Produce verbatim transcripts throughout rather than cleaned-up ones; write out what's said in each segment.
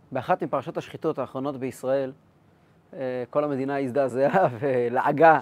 באחת מפרשות השחיתות האחרונות בישראל, כל המדינה הזדעזעה ולעגה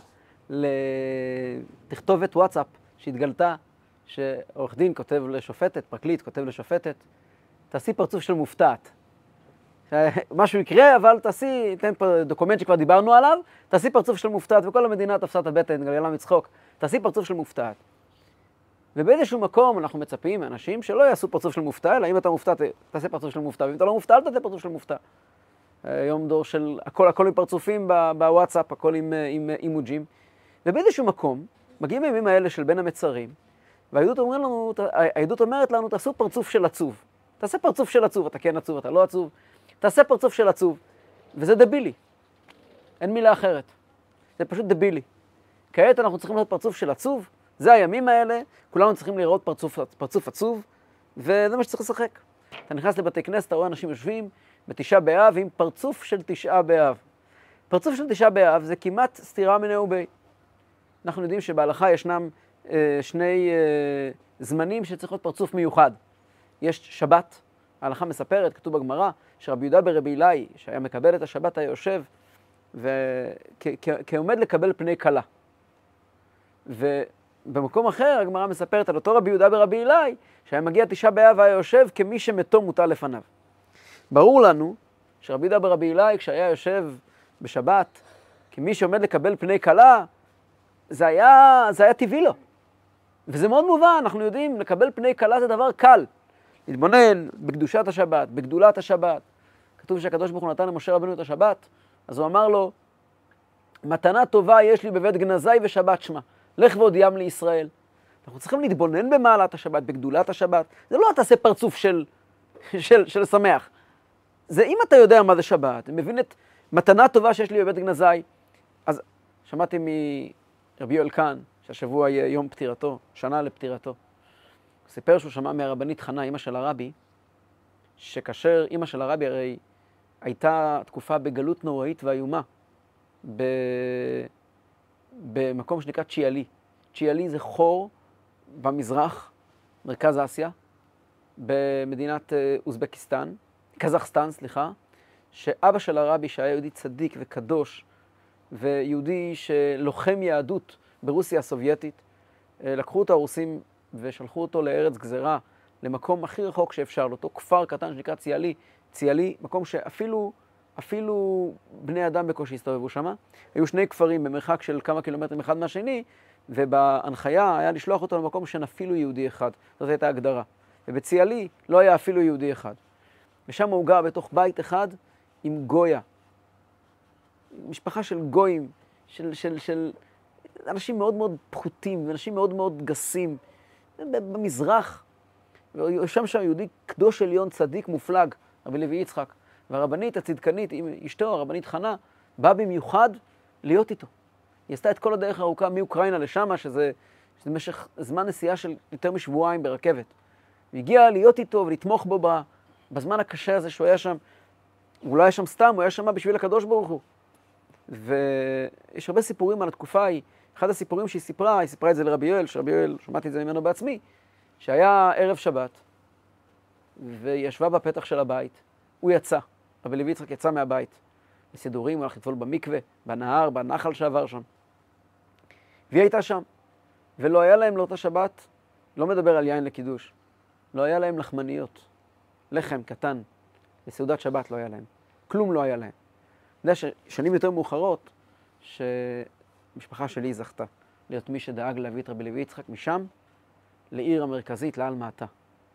לתכתובת וואטסאפ שהתגלתה, שעורך דין כותב לשופטת, פרקליט כותב לשופטת, תעשי פרצוף של מופתעת. משהו יקרה, אבל תעשי, תן פה דוקומנט שכבר דיברנו עליו, תעשי פרצוף של מופתעת, וכל המדינה תפסה את הבטן, גלגלה מצחוק, תעשי פרצוף של מופתעת. ובאיזשהו מקום אנחנו מצפים מאנשים שלא יעשו פרצוף של מופתע, אלא אם אתה מופתע, תעשה פרצוף של מופתע, ואם אתה לא מופתע, אל תעשה פרצוף של מופתע. היום דור של, הכל, הכל עם פרצופים בוואטסאפ, הכל עם, עם אימוג'ים. ובאיזשהו מקום, מגיעים הימים האלה של בין המצרים, והעדות אומרת לנו, העדות אומרת לנו, תעשו פרצוף של עצוב. תעשה פרצוף של עצוב, אתה כן עצוב, אתה לא עצוב. תעשה פרצוף של עצוב. וזה דבילי. אין מילה אחרת. זה פשוט דבילי. כעת אנחנו צריכים לעשות פרצוף של עצוב, זה הימים האלה, כולנו צריכים לראות פרצוף, פרצוף עצוב, וזה מה שצריך לשחק. אתה נכנס לבתי כנסת, אתה רואה אנשים יושבים בתשעה באב עם פרצוף של תשעה באב. פרצוף של תשעה באב זה כמעט סתירה מיניה וביה. אנחנו יודעים שבהלכה ישנם אה, שני אה, זמנים שצריך להיות פרצוף מיוחד. יש שבת, ההלכה מספרת, כתוב בגמרא, שרבי יהודה ברבי אילאי, שהיה מקבל את השבת, היה יושב, וכעומד לקבל פני כלה. ובמקום אחר, הגמרא מספרת על אותו רבי יהודה ברבי אילאי, שהיה מגיע תשעה באב והיה יושב כמי שמתו מוטל לפניו. ברור לנו שרבי יהודה ברבי אילאי, כשהיה יושב בשבת, כמי שעומד לקבל פני כלה, זה היה, זה היה טבעי לו. וזה מאוד מובן, אנחנו יודעים, לקבל פני כלה זה דבר קל. להתבונן בקדושת השבת, בגדולת השבת. כתוב שהקדוש ברוך הוא נתן למשה רבנו את השבת, אז הוא אמר לו, מתנה טובה יש לי בבית גנזי ושבת שמה. לך והודיעם לישראל. אנחנו צריכים להתבונן במעלת השבת, בגדולת השבת. זה לא תעשה פרצוף של, של, של שמח. זה אם אתה יודע מה זה שבת, מבין את מתנה טובה שיש לי בבית גנזי. אז שמעתי מרבי יואל קאן, שהשבוע יהיה יום פטירתו, שנה לפטירתו. הוא סיפר שהוא שמע מהרבנית חנה, אמא של הרבי, שכאשר אמא של הרבי הרי הייתה תקופה בגלות נוראית ואיומה, ב... במקום שנקרא צ'יאלי. צ'יאלי זה חור במזרח, מרכז אסיה, במדינת אוזבקיסטן, קזחסטן, סליחה, שאבא של הרבי שהיה יהודי צדיק וקדוש, ויהודי שלוחם יהדות ברוסיה הסובייטית, לקחו אותו הרוסים ושלחו אותו לארץ גזרה, למקום הכי רחוק שאפשר, לאותו כפר קטן שנקרא ציאלי, ציאלי, מקום שאפילו אפילו בני אדם בקושי הסתובבו שם. היו שני כפרים במרחק של כמה קילומטרים אחד מהשני, ובהנחיה היה לשלוח אותו למקום שאין אפילו יהודי אחד. זאת הייתה הגדרה. ובציאלי לא היה אפילו יהודי אחד. ושם הוא גר בתוך בית אחד עם גויה. משפחה של גויים, של, של, של אנשים מאוד מאוד פחותים, אנשים מאוד מאוד גסים. במזרח, וישם שם יהודי קדוש עליון צדיק מופלג, רבי לוי יצחק. והרבנית הצדקנית, אשתו, הרבנית חנה, באה במיוחד להיות איתו. היא עשתה את כל הדרך הארוכה מאוקראינה לשם, שזה, שזה משך זמן נסיעה של יותר משבועיים ברכבת. היא הגיעה להיות איתו ולתמוך בו בזמן הקשה הזה שהוא היה שם. הוא לא היה שם סתם, הוא היה שם בשביל הקדוש ברוך הוא. ויש הרבה סיפורים על התקופה ההיא. אחד הסיפורים שהיא סיפרה, היא סיפרה את זה לרבי יואל, שרבי יואל, שמעתי את זה ממנו בעצמי, שהיה ערב שבת, והיא ישבה בפתח של הבית. הוא יצא, רבי לוי יצחק יצא מהבית. בסידורים, הוא הלך לטבול במקווה, בנהר, בנחל שעבר שם. והיא הייתה שם. ולא היה להם לאותה שבת, לא מדבר על יין לקידוש, לא היה להם לחמניות. לחם קטן, לסעודת שבת לא היה להם. כלום לא היה להם. אתה יודע ששנים יותר מאוחרות, שמשפחה שלי זכתה להיות מי שדאג להביא את רבי לוי יצחק משם, לעיר המרכזית, לעל מעטה.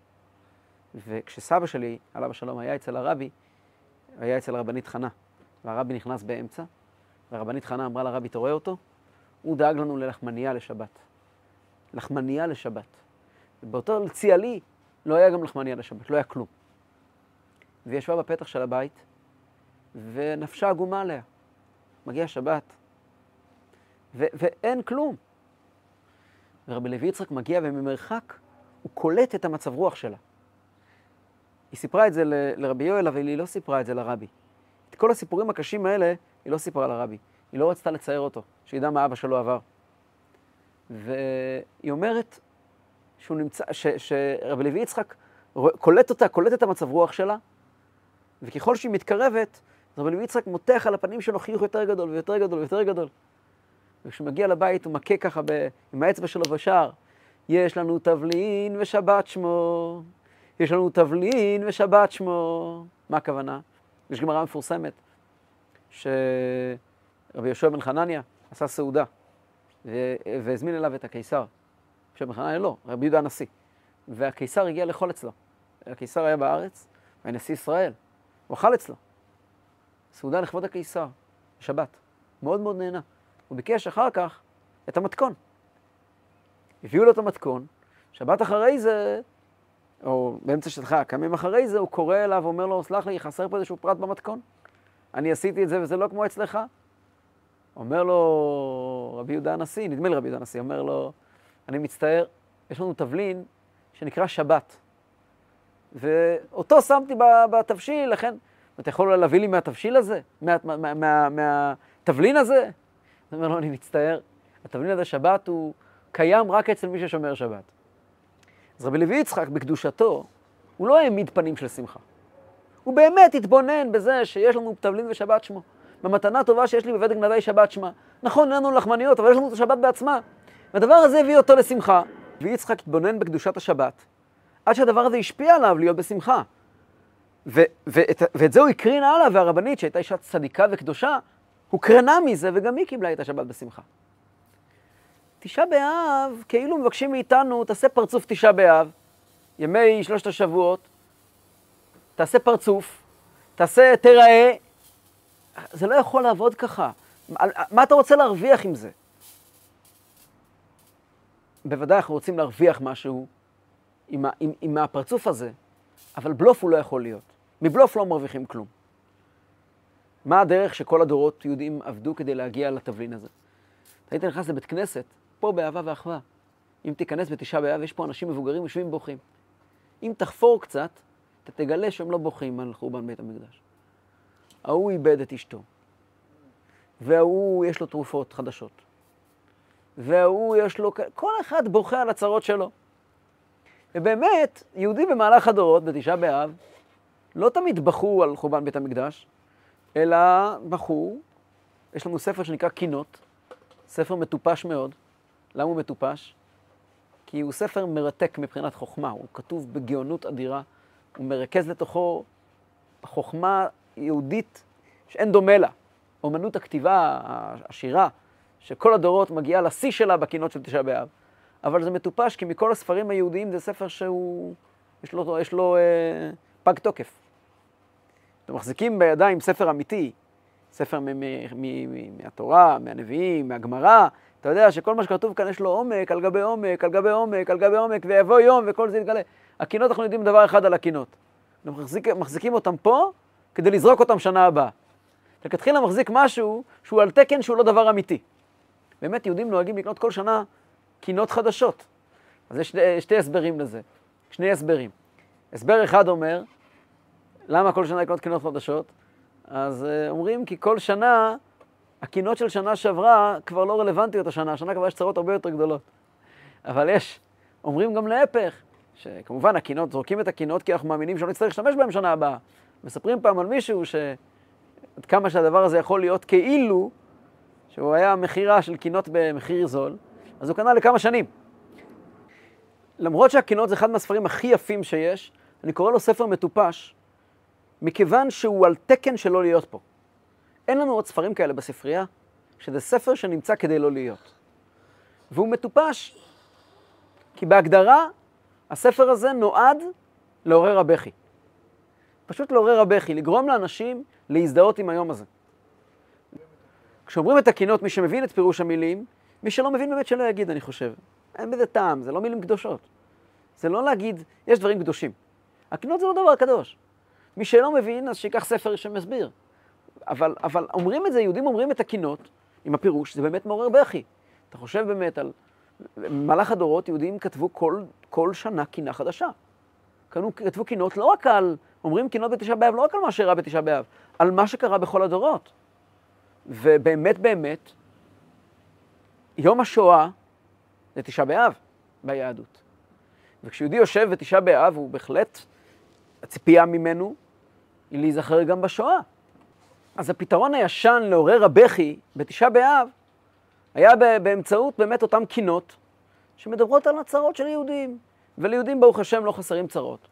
וכשסבא שלי, עליו השלום, היה אצל הרבי, היה אצל הרבנית חנה, והרבי נכנס באמצע, והרבנית חנה אמרה לרבי, אתה רואה אותו? הוא דאג לנו ללחמניה לשבת. לחמניה לשבת. ובאותו ציאלי לא היה גם לחמניה לשבת, לא היה כלום. והיא ישבה בפתח של הבית, ונפשה עגומה עליה. מגיע שבת, ו- ואין כלום. ורבי לוי יצחק מגיע, וממרחק הוא קולט את המצב רוח שלה. היא סיפרה את זה ל- לרבי יואל, אבל היא לא סיפרה את זה לרבי. את כל הסיפורים הקשים האלה, היא לא סיפרה לרבי. היא לא רצתה לצייר אותו, שידע מה אבא שלו עבר. והיא אומרת שהוא נמצא, ש- שרבי לוי יצחק קולט אותה, קולט את המצב רוח שלה, וככל שהיא מתקרבת, אז רבי לוי יצחק מותח על הפנים שלו חיוך יותר גדול ויותר גדול ויותר גדול. וכשהוא מגיע לבית הוא מכה ככה ב... עם האצבע שלו ושר, יש לנו תבלין ושבת שמו, יש לנו תבלין ושבת שמו. מה הכוונה? יש גמרא מפורסמת, שרבי יהושע בן חנניה עשה סעודה, ו... והזמין אליו את הקיסר. יהושע בן חנניה לא, רבי יהודה הנשיא. והקיסר הגיע לאכול אצלו. הקיסר היה בארץ, והנשיא ישראל, הוא אכל אצלו. סעודה לכבוד הקיסר, בשבת. מאוד מאוד נהנה. הוא ביקש אחר כך את המתכון. הביאו לו את המתכון, שבת אחרי זה, או באמצע שלך, כמה ימים אחרי זה, הוא קורא אליו ואומר לו, סלח לי, חסר פה איזשהו פרט במתכון. אני עשיתי את זה וזה לא כמו אצלך. אומר לו רבי יהודה הנשיא, נדמה לי רבי יהודה הנשיא, אומר לו, אני מצטער, יש לנו תבלין שנקרא שבת. ואותו שמתי בתבשיל, לכן, אתה יכול להביא לי מהתבשיל הזה? מה, מה, מה, מהתבלין הזה? הוא אומר לו, אני מצטער, התבלין הזה שבת הוא קיים רק אצל מי ששומר שבת. אז רבי לוי יצחק בקדושתו, הוא לא העמיד פנים של שמחה. הוא באמת התבונן בזה שיש לנו תבלין ושבת שמו. במתנה טובה שיש לי בבית גנדי שבת שמה. נכון, אין לנו לחמניות, אבל יש לנו את השבת בעצמה. והדבר הזה הביא אותו לשמחה. ויצחק התבונן בקדושת השבת, עד שהדבר הזה השפיע עליו להיות בשמחה. ו- ואת, ואת זה הוא הקרין הלאה, והרבנית שהייתה אישה צדיקה וקדושה, הוא קרנה מזה, וגם היא קיבלה את השבת בשמחה. תשעה באב, כאילו מבקשים מאיתנו, תעשה פרצוף תשעה באב, ימי שלושת השבועות, תעשה פרצוף, תעשה, תראה, זה לא יכול לעבוד ככה. מה אתה רוצה להרוויח עם זה? בוודאי אנחנו רוצים להרוויח משהו עם, עם, עם הפרצוף הזה, אבל בלוף הוא לא יכול להיות. מבלוף לא מרוויחים כלום. מה הדרך שכל הדורות יהודים עבדו כדי להגיע לתבלין הזה? היית נכנס לבית כנסת, פה באהבה ואחווה. אם תיכנס בתשעה באב, יש פה אנשים מבוגרים יושבים בוכים. אם תחפור קצת, אתה תגלה שהם לא בוכים על חורבן בית המקדש. ההוא איבד את אשתו, וההוא יש לו תרופות חדשות, וההוא יש לו... כל אחד בוכה על הצרות שלו. ובאמת, יהודים במהלך הדורות, בתשעה באב, לא תמיד בכו על חורבן בית המקדש, אלא בכו, יש לנו ספר שנקרא קינות, ספר מטופש מאוד. למה הוא מטופש? כי הוא ספר מרתק מבחינת חוכמה, הוא כתוב בגאונות אדירה, הוא מרכז לתוכו חוכמה יהודית שאין דומה לה. אומנות הכתיבה, השירה, שכל הדורות מגיעה לשיא שלה בקינות של תשעה באב. אבל זה מטופש כי מכל הספרים היהודיים זה ספר שהוא, יש לו, יש לו אה, פג תוקף. אתם מחזיקים בידיים ספר אמיתי, ספר מ- מ- מ- מהתורה, מהנביאים, מהגמרא, אתה יודע שכל מה שכתוב כאן יש לו עומק, על גבי עומק, על גבי עומק, על גבי עומק, ויבוא יום וכל זה יתגלה. הקינות, אנחנו יודעים דבר אחד על הקינות. אנחנו מחזיק, מחזיקים אותם פה כדי לזרוק אותם שנה הבאה. לכתחילה מחזיק משהו שהוא על תקן שהוא לא דבר אמיתי. באמת יהודים נוהגים לקנות כל שנה קינות חדשות. אז יש שתי, שתי הסברים לזה, שני הסברים. הסבר אחד אומר, למה כל שנה לקנות קינות חדשות? אז אומרים כי כל שנה, הקינות של שנה שעברה כבר לא רלוונטיות השנה, השנה כבר יש צרות הרבה יותר גדולות. אבל יש, אומרים גם להפך, שכמובן הקינות, זורקים את הקינות כי אנחנו מאמינים שלא נצטרך להשתמש בהם שנה הבאה. מספרים פעם על מישהו שעד כמה שהדבר הזה יכול להיות כאילו, שהוא היה מחירה של קינות במחיר זול, אז הוא קנה לכמה שנים. למרות שהקינות זה אחד מהספרים הכי יפים שיש, אני קורא לו ספר מטופש, מכיוון שהוא על תקן שלא להיות פה. אין לנו עוד ספרים כאלה בספרייה, שזה ספר שנמצא כדי לא להיות. והוא מטופש, כי בהגדרה, הספר הזה נועד לעורר הבכי. פשוט לעורר הבכי, לגרום לאנשים להזדהות עם היום הזה. כשאומרים את הקינות, מי שמבין את פירוש המילים, מי שלא מבין באמת שלא יגיד, אני חושב. אין בזה טעם, זה לא מילים קדושות. זה לא להגיד, יש דברים קדושים. הקינות זה לא דבר קדוש. מי שלא מבין, אז שיקח ספר שמסביר. אבל, אבל אומרים את זה, יהודים אומרים את הקינות, עם הפירוש, זה באמת מעורר בכי. אתה חושב באמת על... במהלך הדורות, יהודים כתבו כל, כל שנה קינה חדשה. כתבו קינות לא רק על... אומרים קינות בתשעה באב, לא רק על מה שאירע בתשעה באב, על מה שקרה בכל הדורות. ובאמת, באמת, יום השואה זה תשעה באב ביהדות. וכשיהודי יושב בתשעה באב, הוא בהחלט, הציפייה ממנו, היא להיזכר גם בשואה. אז הפתרון הישן לעורר הבכי בתשעה באב היה באמצעות באמת אותם קינות שמדברות על הצרות של יהודים. וליהודים ברוך השם לא חסרים צרות.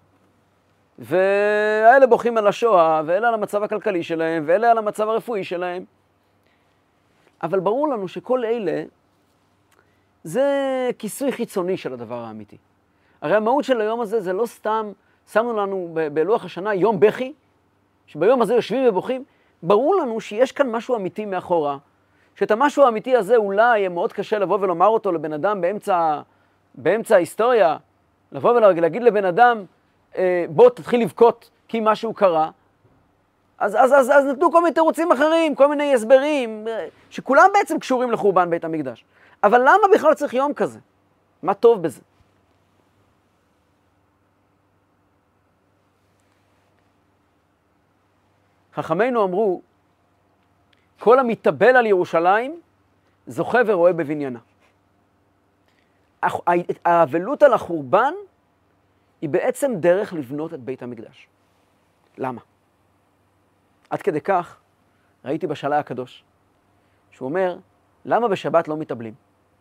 והאלה בוכים על השואה, ואלה על המצב הכלכלי שלהם, ואלה על המצב הרפואי שלהם. אבל ברור לנו שכל אלה זה כיסוי חיצוני של הדבר האמיתי. הרי המהות של היום הזה זה לא סתם, שמנו לנו בלוח השנה יום בכי, שביום הזה יושבים ובוכים, ברור לנו שיש כאן משהו אמיתי מאחורה, שאת המשהו האמיתי הזה אולי יהיה מאוד קשה לבוא ולומר אותו לבן אדם באמצע, באמצע ההיסטוריה, לבוא ולהגיד לבן אדם, בוא תתחיל לבכות כי משהו קרה, אז, אז, אז, אז נתנו כל מיני תירוצים אחרים, כל מיני הסברים, שכולם בעצם קשורים לחורבן בית המקדש. אבל למה בכלל צריך יום כזה? מה טוב בזה? חכמינו אמרו, כל המתאבל על ירושלים, זוכה ורואה בבניינה. האבלות על החורבן היא בעצם דרך לבנות את בית המקדש. למה? עד כדי כך ראיתי בשאלה הקדוש, שהוא אומר, למה בשבת לא מתאבלים?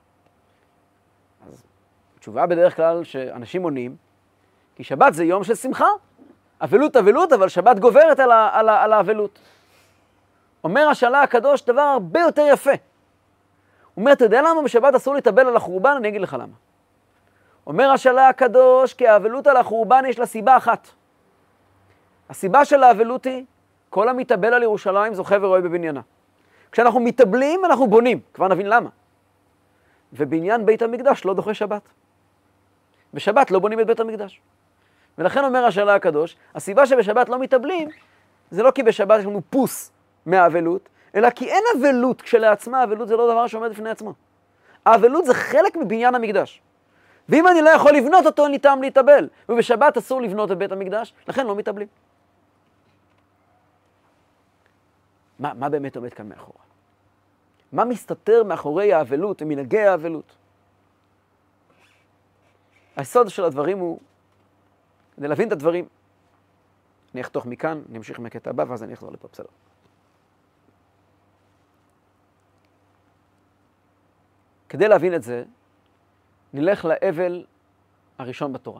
אז התשובה בדרך כלל שאנשים עונים, כי שבת זה יום של שמחה, אבלות אבלות, אבל שבת גוברת על, ה, על, ה, על האבלות. אומר השאלה הקדוש דבר הרבה יותר יפה. הוא אומר, אתה יודע למה בשבת אסור להתאבל על החורבן? אני אגיד לך למה. אומר השאלה הקדוש, כי האבלות על החורבן יש לה סיבה אחת. הסיבה של האבלות היא, כל המתאבל על ירושלים זוכה ורואה בבניינה. כשאנחנו מתאבלים, אנחנו בונים. כבר נבין למה. ובניין בית המקדש לא דוחה שבת. בשבת לא בונים את בית המקדש. ולכן אומר השאלה הקדוש, הסיבה שבשבת לא מתאבלים, זה לא כי בשבת יש לנו פוס מהאבלות, אלא כי אין אבלות כשלעצמה, אבלות זה לא דבר שעומד בפני עצמו. האבלות זה חלק מבניין המקדש. ואם אני לא יכול לבנות אותו, אין לי טעם להתאבל. ובשבת אסור לבנות את בית המקדש, לכן לא מתאבלים. מה, מה באמת עומד כאן מאחורה? מה מסתתר מאחורי האבלות ומנהגי האבלות? היסוד של הדברים הוא, כדי להבין את הדברים, אני אחתוך מכאן, אני אמשיך מהקטע הבא, ואז אני אחזור לפה, בסדר. כדי להבין את זה, נלך לאבל הראשון בתורה.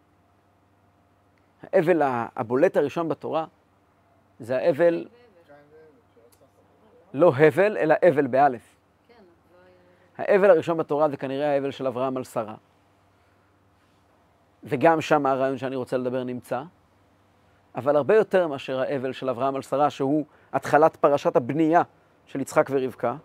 האבל הבולט הראשון בתורה, זה האבל, לא הבל, אלא אבל באלף. האבל הראשון בתורה זה כנראה האבל של אברהם על שרה. וגם שם הרעיון שאני רוצה לדבר נמצא. אבל הרבה יותר מאשר האבל של אברהם על שרה, שהוא התחלת פרשת הבנייה של יצחק ורבקה.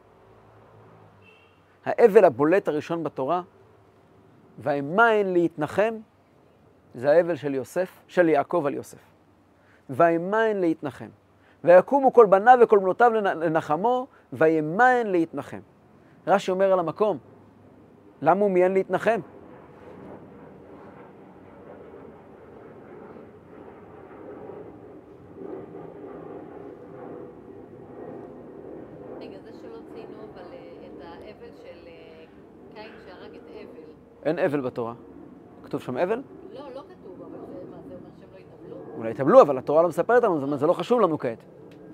האבל הבולט הראשון בתורה, והאמן להתנחם, זה האבל של יוסף, של יעקב על יוסף. והאמן להתנחם. ויקומו כל בניו וכל בנותיו לנחמו, ויאמן להתנחם. רש"י אומר על המקום, למה הוא מיין להתנחם? רגע, זה שלא ציינו אבל את האבל של קין שהרג את אבל. אין אבל בתורה. כתוב שם אבל? לא, לא כתוב, אבל זה, מה, זה אומר שהם לא יתאבלו? אולי יתאבלו, אבל התורה לא מספרת לנו, זאת אומרת, זה לא חשוב לנו כעת.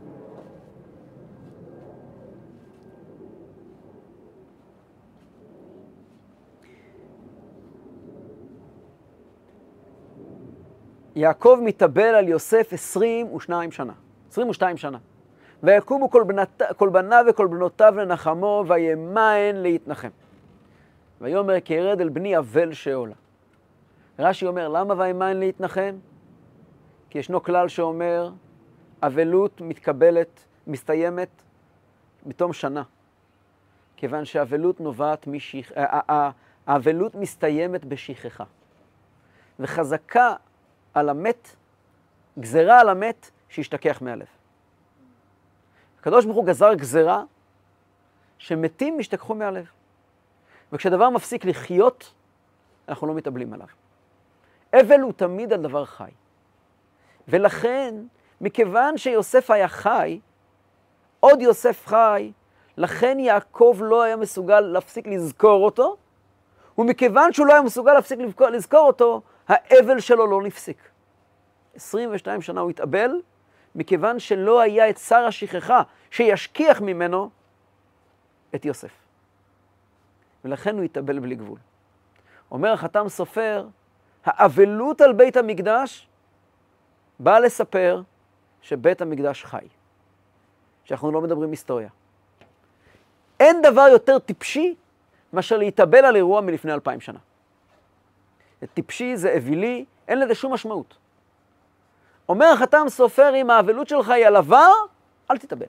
יעקב מתאבל על יוסף עשרים ושתיים שנה. עשרים ושתיים שנה. ויקומו כל, בנת... כל בניו וכל בנותיו לנחמו, ויאמן להתנחם. ויאמר כי ירד אל בני אבל שאולה. רש"י אומר, למה ויאמן להתנחם? כי ישנו כלל שאומר, אבלות מתקבלת, מסתיימת בתום שנה. כיוון שהאבלות נובעת משיח... האבלות מסתיימת בשכחה. וחזקה על המת, גזרה על המת שישתכח מהלב. הקדוש ברוך הוא גזר גזרה שמתים משתכחו מהלב. וכשדבר מפסיק לחיות, אנחנו לא מתאבלים עליו. אבל הוא תמיד על דבר חי. ולכן, מכיוון שיוסף היה חי, עוד יוסף חי, לכן יעקב לא היה מסוגל להפסיק לזכור אותו, ומכיוון שהוא לא היה מסוגל להפסיק לזכור אותו, האבל שלו לא נפסיק. עשרים ושתיים שנה הוא התאבל, מכיוון שלא היה את שר השכחה שישכיח ממנו את יוסף. ולכן הוא יתאבל בלי גבול. אומר החתם סופר, האבלות על בית המקדש באה לספר שבית המקדש חי. שאנחנו לא מדברים היסטוריה. אין דבר יותר טיפשי מאשר להתאבל על אירוע מלפני אלפיים שנה. טיפשי זה אווילי, אין לזה שום משמעות. אומר החתם סופר, אם האבלות שלך היא על עבר, אל תתאבל.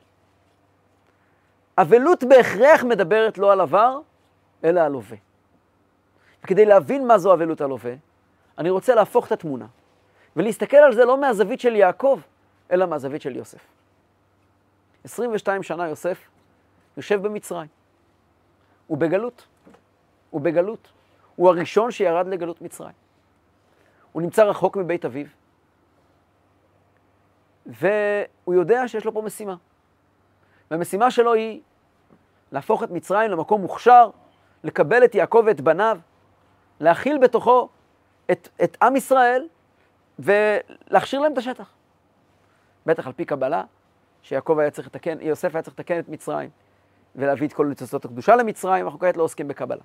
אבלות בהכרח מדברת לא על עבר, אלא על הווה. וכדי להבין מה זו אבלות על הווה, אני רוצה להפוך את התמונה, ולהסתכל על זה לא מהזווית של יעקב, אלא מהזווית של יוסף. עשרים ושתיים שנה יוסף יושב במצרים. הוא בגלות. הוא בגלות. הוא הראשון שירד לגלות מצרים. הוא נמצא רחוק מבית אביו. והוא יודע שיש לו פה משימה. והמשימה שלו היא להפוך את מצרים למקום מוכשר, לקבל את יעקב ואת בניו, להכיל בתוכו את, את עם ישראל ולהכשיר להם את השטח. בטח על פי קבלה, שיעקב היה צריך לתקן, יוסף היה צריך לתקן את מצרים, ולהביא את כל ניצוצות הקדושה למצרים, אנחנו כעת לא עוסקים בקבלה.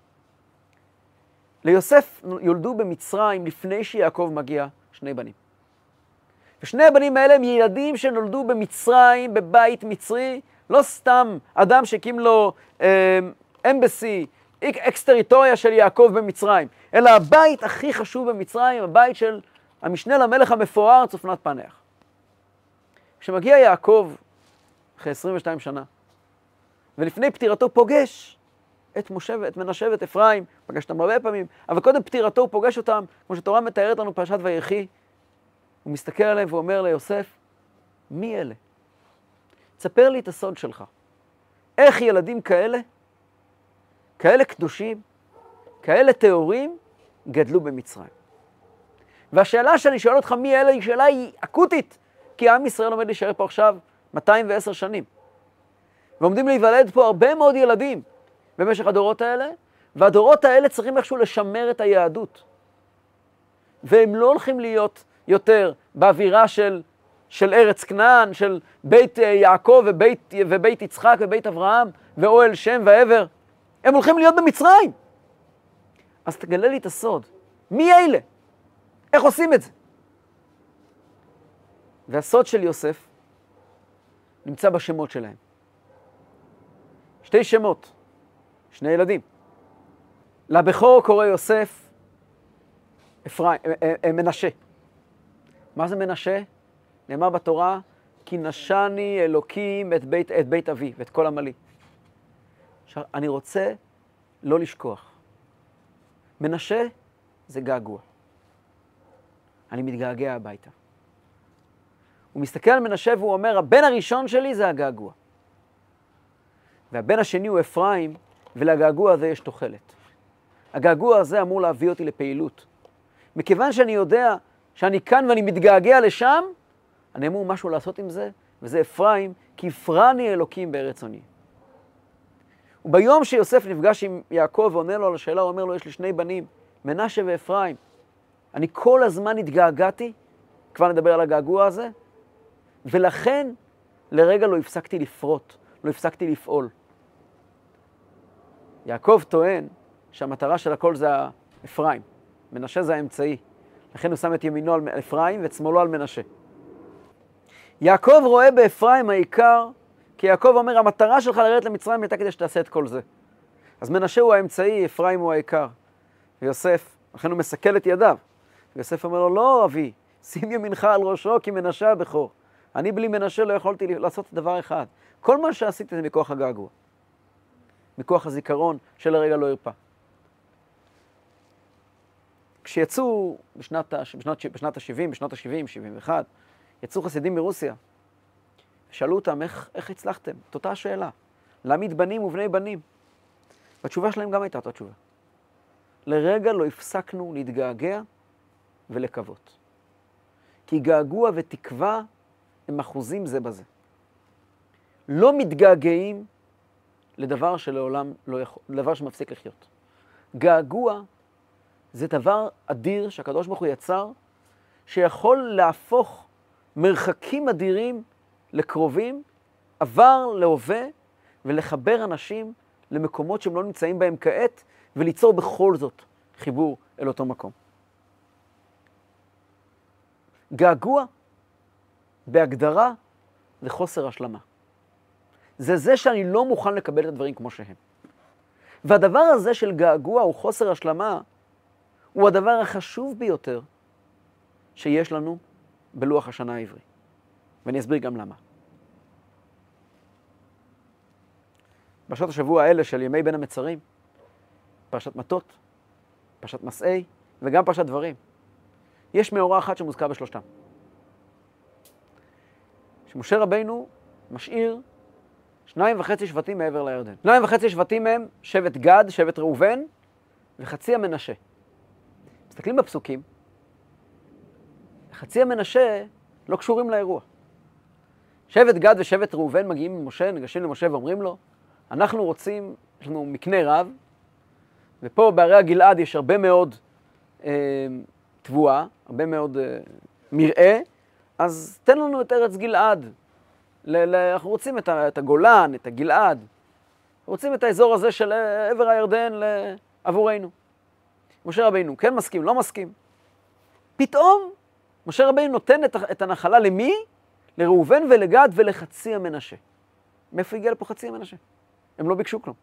ליוסף יולדו במצרים לפני שיעקב מגיע שני בנים. ושני הבנים האלה הם ילדים שנולדו במצרים, בבית מצרי, לא סתם אדם שהקים לו אה, אמבסי, אקס-טריטוריה של יעקב במצרים, אלא הבית הכי חשוב במצרים, הבית של המשנה למלך המפואר, צופנת פנח. כשמגיע יעקב, אחרי עשרים ושתיים שנה, ולפני פטירתו פוגש את משה ואת מנשה ואת אפרים, פגש אותם הרבה פעמים, אבל קודם פטירתו הוא פוגש אותם, כמו שתורה מתארת לנו פרשת ויחי, הוא מסתכל עליהם ואומר ליוסף, מי אלה? תספר לי את הסוד שלך. איך ילדים כאלה, כאלה קדושים, כאלה טהורים, גדלו במצרים? והשאלה שאני שואל אותך מי אלה היא שאלה היא אקוטית, כי עם ישראל עומד להישאר פה עכשיו מאתיים ועשר שנים. ועומדים להיוולד פה הרבה מאוד ילדים במשך הדורות האלה, והדורות האלה צריכים איכשהו לשמר את היהדות. והם לא הולכים להיות יותר באווירה של, של ארץ כנען, של בית יעקב ובית, ובית יצחק ובית אברהם ואוהל שם ועבר. הם הולכים להיות במצרים. אז תגלה לי את הסוד. מי אלה? איך עושים את זה? והסוד של יוסף נמצא בשמות שלהם. שתי שמות, שני ילדים. לבכור קורא יוסף אפרים, מנשה. מה זה מנשה? נאמר בתורה, כי נשני אלוקים את בית, את בית אבי ואת כל עמלי. עכשיו, אני רוצה לא לשכוח. מנשה זה געגוע. אני מתגעגע הביתה. הוא מסתכל על מנשה והוא אומר, הבן הראשון שלי זה הגעגוע. והבן השני הוא אפרים, ולגעגוע הזה יש תוחלת. הגעגוע הזה אמור להביא אותי לפעילות. מכיוון שאני יודע שאני כאן ואני מתגעגע לשם, אני אמור משהו לעשות עם זה, וזה אפרים, כי הפרני אלוקים בארץ עוני. וביום שיוסף נפגש עם יעקב ועונה לו על השאלה, הוא אומר לו, יש לי שני בנים, מנשה ואפרים. אני כל הזמן התגעגעתי, כבר נדבר על הגעגוע הזה, ולכן לרגע לא הפסקתי לפרוט, לא הפסקתי לפעול. יעקב טוען שהמטרה של הכל זה אפרים, מנשה זה האמצעי. לכן הוא שם את ימינו על אפרים ואת שמאלו על מנשה. יעקב רואה באפרים העיקר, כי יעקב אומר, המטרה שלך לרדת למצרים הייתה כדי שתעשה את כל זה. אז מנשה הוא האמצעי, אפרים הוא העיקר. ויוסף, לכן הוא מסכל את ידיו. ויוסף אומר לו, לא אבי, שים ימינך על ראשו כי מנשה הבכור. אני בלי מנשה לא יכולתי לעשות דבר אחד. כל מה שעשיתי זה מכוח הגעגוע. מכוח הזיכרון של הרגע לא הרפא. כשיצאו בשנת, בשנת, בשנת ה-שבעים, בשנות ה-שבעים, שבעים ואחת, יצאו חסידים מרוסיה. שאלו אותם, איך, איך הצלחתם? את אותה השאלה. להעמיד בנים ובני בנים. והתשובה שלהם גם הייתה אותה תשובה. לרגע לא הפסקנו להתגעגע ולקוות. כי געגוע ותקווה הם אחוזים זה בזה. לא מתגעגעים לדבר שלעולם לא יכול, לדבר שמפסיק לחיות. געגוע זה דבר אדיר שהקדוש ברוך הוא יצר, שיכול להפוך מרחקים אדירים לקרובים, עבר להווה, ולחבר אנשים למקומות שהם לא נמצאים בהם כעת, וליצור בכל זאת חיבור אל אותו מקום. געגוע, בהגדרה, זה חוסר השלמה. זה זה שאני לא מוכן לקבל את הדברים כמו שהם. והדבר הזה של געגוע הוא חוסר השלמה, הוא הדבר החשוב ביותר שיש לנו בלוח השנה העברי. ואני אסביר גם למה. בשעות השבוע האלה של ימי בין המצרים, פרשת מטות, פרשת מסעי, וגם פרשת דברים, יש מאורע אחת שמוזכר בשלושתם. שמשה רבינו משאיר שניים וחצי שבטים מעבר לירדן. שניים וחצי שבטים הם שבט גד, שבט ראובן, וחצי המנשה. מסתכלים בפסוקים, חצי המנשה לא קשורים לאירוע. שבט גד ושבט ראובן מגיעים ממשה, ניגשים למשה ואומרים לו, אנחנו רוצים, יש לנו מקנה רב, ופה בערי הגלעד יש הרבה מאוד אה, תבואה, הרבה מאוד אה, מרעה, אז תן לנו את ארץ גלעד. ל- ל- אנחנו רוצים את, ה- את הגולן, את הגלעד. רוצים את האזור הזה של עבר הירדן ל- עבורנו. משה רבינו כן מסכים, לא מסכים. פתאום משה רבינו נותן את, את הנחלה למי? לראובן ולגד ולחצי המנשה. מאיפה הגיע לפה חצי המנשה? הם לא ביקשו כלום.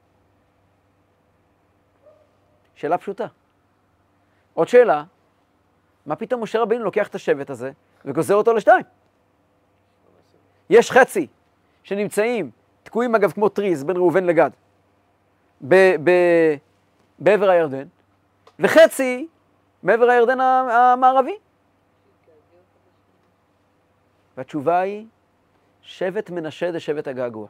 שאלה פשוטה. עוד שאלה, מה פתאום משה רבינו לוקח את השבט הזה וגוזר אותו לשתיים? יש חצי שנמצאים, תקועים אגב כמו טריז בין ראובן לגד, ב- ב- בעבר הירדן, וחצי מעבר הירדן המערבי. והתשובה היא, שבט מנשה זה שבט הגעגוע.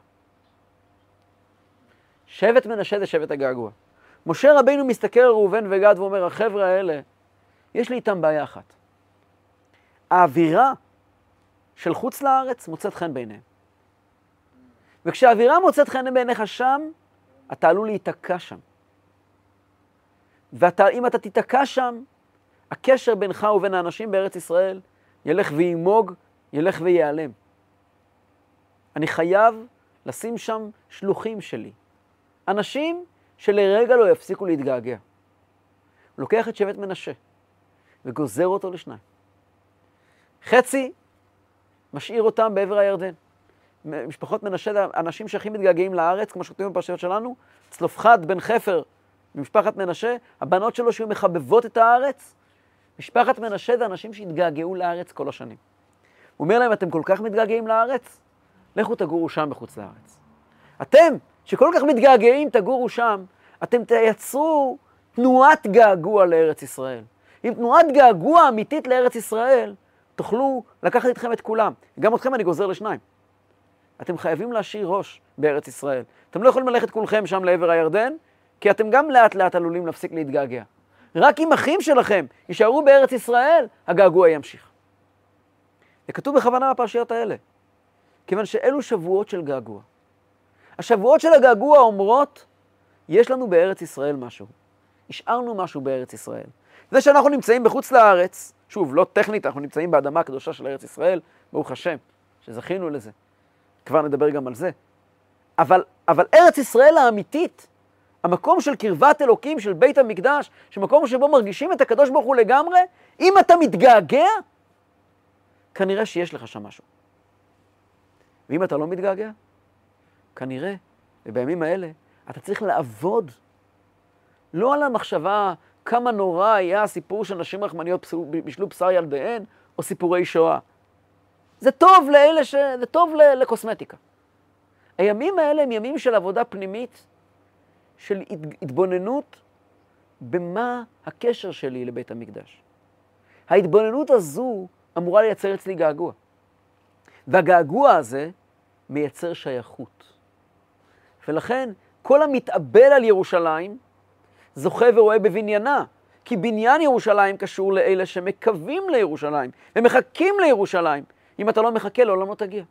שבט מנשה זה שבט הגעגוע. משה רבינו מסתכל על ראובן וגד ואומר, החבר'ה האלה, יש לי איתם בעיה אחת. האווירה של חוץ לארץ מוצאת חן בעיניהם. וכשהאווירה מוצאת חן בעיניך שם, אתה עלול להיתקע שם. ואם אתה תיתקע שם, הקשר בינך ובין האנשים בארץ ישראל ילך וימוג, ילך ויעלם. אני חייב לשים שם שלוחים שלי. אנשים שלרגע לא יפסיקו להתגעגע. הוא לוקח את שבט מנשה וגוזר אותו לשניים. חצי משאיר אותם בעבר הירדן. משפחות מנשה, אנשים שהכי מתגעגעים לארץ, כמו שכתובים בפרשיות שלנו, צלופחד בן חפר ממשפחת מנשה, הבנות שלו שהיו מחבבות את הארץ, משפחת מנשה זה אנשים שהתגעגעו לארץ כל השנים. הוא אומר להם, אתם כל כך מתגעגעים לארץ? לכו תגורו שם בחוץ לארץ. אתם, שכל כך מתגעגעים, תגורו שם, אתם תייצרו תנועת געגוע לארץ ישראל. עם תנועת געגוע אמיתית לארץ ישראל, תוכלו לקחת איתכם את כולם. גם אתכם אני גוזר לשניים. אתם חייבים להשאיר ראש בארץ ישראל. אתם לא יכולים ללכת כולכם שם לעבר הירדן, כי אתם גם לאט לאט עלולים להפסיק להתגעגע. רק אם אחים שלכם יישארו בארץ ישראל, הגעגוע ימשיך. זה כתוב בכוונה בפרשיות האלה. כיוון שאלו שבועות של געגוע. השבועות של הגעגוע אומרות, יש לנו בארץ ישראל משהו. השארנו משהו בארץ ישראל. זה שאנחנו נמצאים בחוץ לארץ, שוב, לא טכנית, אנחנו נמצאים באדמה הקדושה של ארץ ישראל, ברוך השם, שזכינו לזה. כבר נדבר גם על זה. אבל, אבל ארץ ישראל האמיתית, המקום של קרבת אלוקים, של בית המקדש, שמקום שבו מרגישים את הקדוש ברוך הוא לגמרי, אם אתה מתגעגע, כנראה שיש לך שם משהו. ואם אתה לא מתגעגע, כנראה, ובימים האלה, אתה צריך לעבוד, לא על המחשבה כמה נורא היה הסיפור של נשים רחמניות בישלו בשר ילדיהן, או סיפורי שואה. זה טוב לאלה ש... זה טוב לקוסמטיקה. הימים האלה הם ימים של עבודה פנימית, של התבוננות במה הקשר שלי לבית המקדש. ההתבוננות הזו אמורה לייצר אצלי געגוע. והגעגוע הזה מייצר שייכות. ולכן כל המתאבל על ירושלים זוכה ורואה בבניינה. כי בניין ירושלים קשור לאלה שמקווים לירושלים ומחכים לירושלים. אם אתה לא מחכה, לעולם לא תגיע.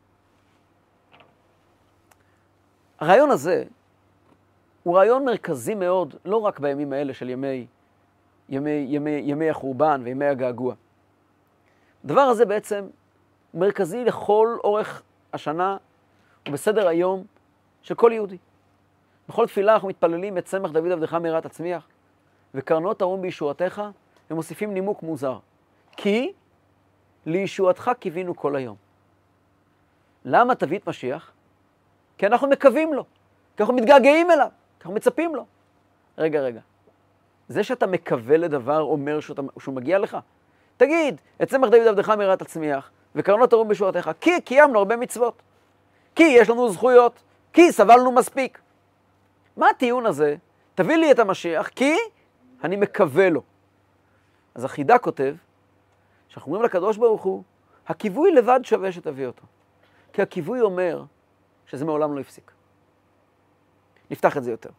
הרעיון הזה הוא רעיון מרכזי מאוד, לא רק בימים האלה של ימי, ימי, ימי, ימי החורבן וימי הגעגוע. הדבר הזה בעצם הוא מרכזי לכל אורך השנה ובסדר היום של כל יהודי. בכל תפילה אנחנו מתפללים את צמח דוד עבדך מהרה תצמיח, וקרנות תרום בישועתך, ומוסיפים נימוק מוזר. כי לישועתך קיווינו כל היום. למה תביא את משיח? כי אנחנו מקווים לו, כי אנחנו מתגעגעים אליו, כי אנחנו מצפים לו. רגע, רגע. זה שאתה מקווה לדבר אומר שאתה, שהוא מגיע לך? תגיד, את צמח דוד עבדך מהרה תצמיח, וקרנות תרום בישועתך, כי קיימנו הרבה מצוות. כי יש לנו זכויות, כי סבלנו מספיק. מה הטיעון הזה? תביא לי את המשיח, כי אני מקווה לו. אז החידה כותב, שאנחנו אומרים לקדוש ברוך הוא, הכיווי לבד שווה שתביא אותו. כי הכיווי אומר שזה מעולם לא הפסיק. נפתח את זה יותר.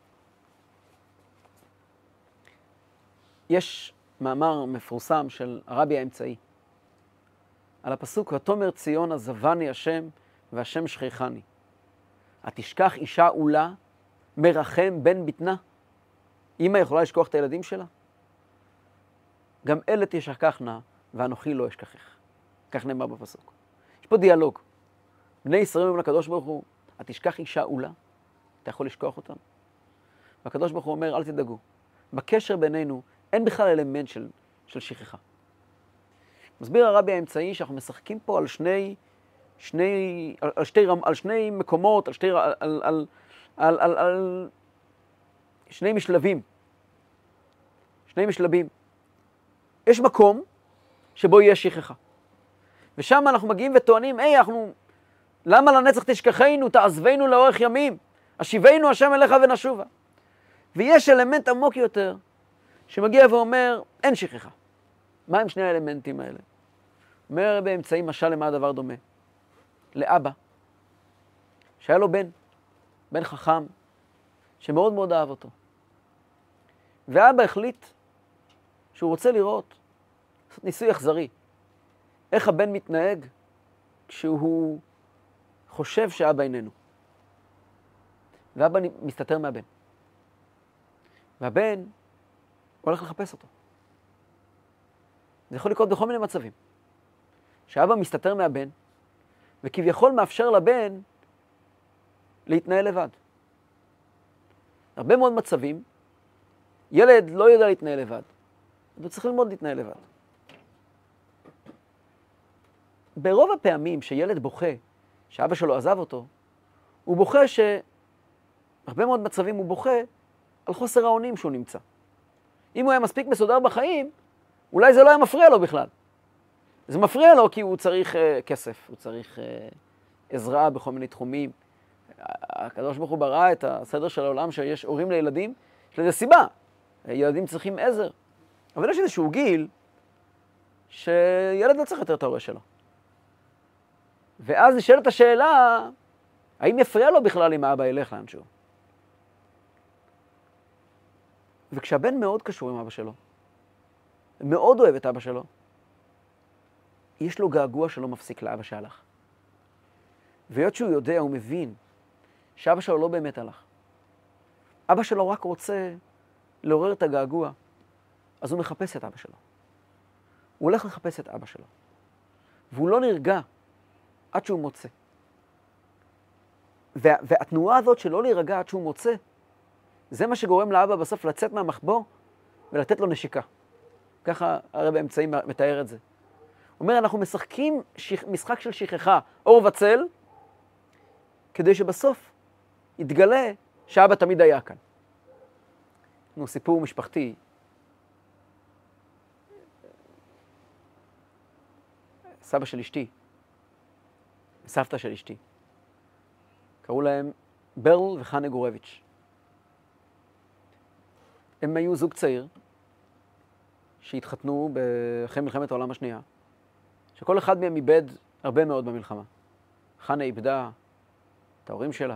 יש מאמר מפורסם של הרבי האמצעי, על הפסוק, ותאמר ציון עזבני השם, והשם שכחני. התשכח אישה עולה, מרחם בן בטנה. אמא יכולה לשכוח את הילדים שלה? גם אלה תשכחנה, ואנוכי לא אשכחך. כך נאמר בפסוק. יש פה דיאלוג. בני ישראל אומרים לקדוש ברוך הוא, התשכח אישה עולה, אתה יכול לשכוח אותם? והקדוש ברוך הוא אומר, אל תדאגו. בקשר בינינו אין בכלל אלמנט של, של שכחה. מסביר הרבי האמצעי שאנחנו משחקים פה על שני, שני, על, על, שתי, על שני מקומות, על, שתי, על, על, על, על, על, על שני משלבים. שני משלבים. יש מקום שבו יש שכחה. ושם אנחנו מגיעים וטוענים, היי, אנחנו, למה לנצח תשכחנו, תעזבנו לאורך ימים, השיבנו השם אליך ונשובה. ויש אלמנט עמוק יותר, שמגיע ואומר, אין שכחה. מה הם שני האלמנטים האלה? אומר באמצעי משל למה הדבר דומה. לאבא, שהיה לו בן, בן חכם, שמאוד מאוד אהב אותו. ואבא החליט שהוא רוצה לראות, לעשות ניסוי אכזרי, איך הבן מתנהג כשהוא חושב שאבא איננו. ואבא מסתתר מהבן. והבן הולך לחפש אותו. זה יכול לקרות בכל מיני מצבים. שאבא מסתתר מהבן, וכביכול מאפשר לבן להתנהל לבד. הרבה מאוד מצבים, ילד לא יודע להתנהל לבד. הוא צריך ללמוד להתנהל לבד. ברוב הפעמים שילד בוכה, שאבא שלו עזב אותו, הוא בוכה ש... הרבה מאוד מצבים הוא בוכה על חוסר האונים שהוא נמצא. אם הוא היה מספיק מסודר בחיים, אולי זה לא היה מפריע לו בכלל. זה מפריע לו כי הוא צריך uh, כסף, הוא צריך uh, עזרה בכל מיני תחומים. הקדוש ברוך הוא ברא את הסדר של העולם שיש הורים לילדים, יש לזה סיבה. ילדים צריכים עזר. אבל יש איזשהו גיל שילד לא צריך יותר את ההורה שלו. ואז נשאלת השאלה, האם יפריע לו בכלל אם האבא ילך לאנשהו? וכשהבן מאוד קשור עם אבא שלו, מאוד אוהב את אבא שלו, יש לו געגוע שלא מפסיק לאבא שהלך. והיות שהוא יודע, הוא מבין, שאבא שלו לא באמת הלך. אבא שלו רק רוצה לעורר את הגעגוע, אז הוא מחפש את אבא שלו. הוא הולך לחפש את אבא שלו. והוא לא נרגע עד שהוא מוצא. וה, והתנועה הזאת של לא להירגע עד שהוא מוצא, זה מה שגורם לאבא בסוף לצאת מהמחבוא ולתת לו נשיקה. ככה הרב האמצעי מתאר את זה. הוא אומר, אנחנו משחקים שיח, משחק של שכחה, אור וצל, כדי שבסוף יתגלה שאבא תמיד היה כאן. הוא סיפור משפחתי. סבא של אשתי, סבתא של אשתי, קראו להם ברל וחנה גורביץ'. הם היו זוג צעיר שהתחתנו אחרי מלחמת העולם השנייה, שכל אחד מהם איבד הרבה מאוד במלחמה. חנה איבדה את ההורים שלה